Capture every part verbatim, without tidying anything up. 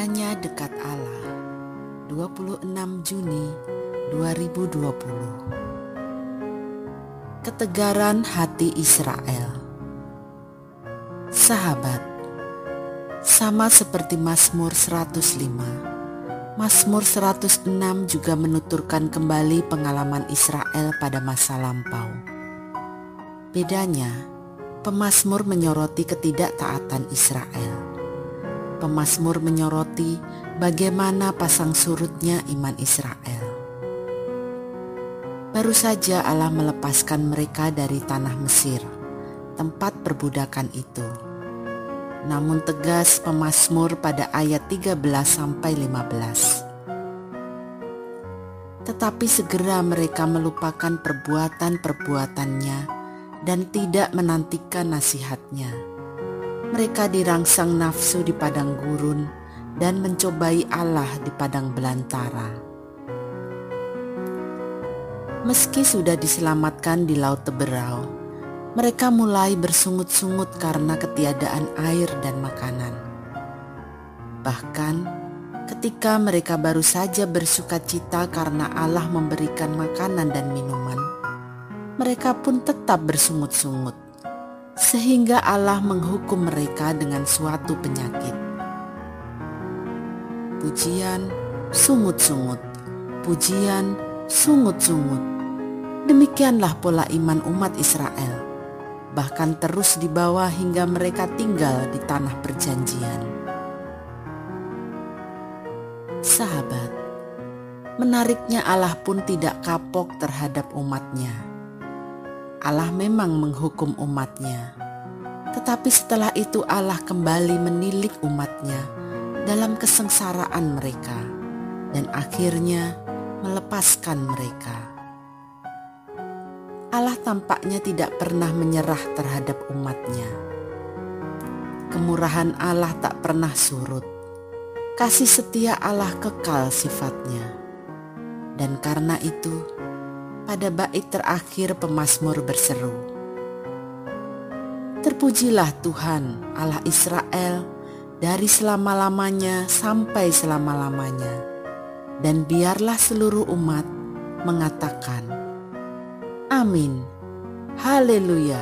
Hanya dekat Allah, dua puluh enam Juni dua ribu dua puluh. Ketegaran hati Israel. Sahabat, sama seperti Mazmur seratus lima, Mazmur seratus enam juga menuturkan kembali pengalaman Israel pada masa lampau. Bedanya, pemazmur menyoroti ketidaktaatan Israel. Pemazmur menyoroti bagaimana pasang surutnya iman Israel. Baru saja Allah melepaskan mereka dari tanah Mesir, tempat perbudakan itu. Namun tegas pemazmur pada ayat tiga belas sampai lima belas. Tetapi segera mereka melupakan perbuatan-perbuatannya dan tidak menantikan nasihatnya. Mereka dirangsang nafsu di padang gurun dan mencobai Allah di padang belantara. Meski sudah diselamatkan di Laut Teberau, mereka mulai bersungut-sungut karena ketiadaan air dan makanan. Bahkan ketika mereka baru saja bersukacita karena Allah memberikan makanan dan minuman, mereka pun tetap bersungut-sungut, sehingga Allah menghukum mereka dengan suatu penyakit. Pujian, sungut-sungut, pujian, sungut-sungut. Demikianlah pola iman umat Israel, bahkan terus dibawa hingga mereka tinggal di tanah perjanjian. Sahabat, menariknya Allah pun tidak kapok terhadap umatnya. Allah memang menghukum umatnya, tetapi setelah itu Allah kembali menilik umatnya dalam kesengsaraan mereka dan akhirnya melepaskan mereka. Allah tampaknya tidak pernah menyerah terhadap umatnya. Kemurahan Allah tak pernah surut. Kasih setia Allah kekal sifatnya. Dan karena itu, pada bait terakhir pemazmur berseru, "Terpujilah Tuhan Allah Israel dari selama-lamanya sampai selama-lamanya, dan biarlah seluruh umat mengatakan, Amin, Haleluya."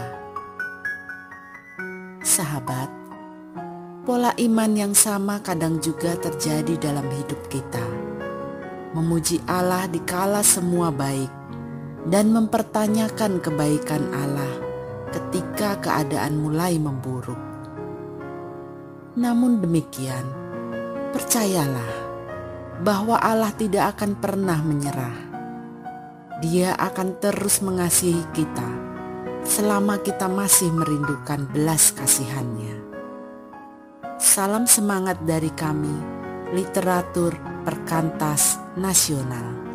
Sahabat, pola iman yang sama kadang juga terjadi dalam hidup kita. Memuji Allah dikala semua baik, dan mempertanyakan kebaikan Allah ketika keadaan mulai memburuk. Namun demikian, percayalah bahwa Allah tidak akan pernah menyerah. Dia akan terus mengasihi kita selama kita masih merindukan belas kasihan-Nya. Salam semangat dari kami, Literatur Perkantas Nasional.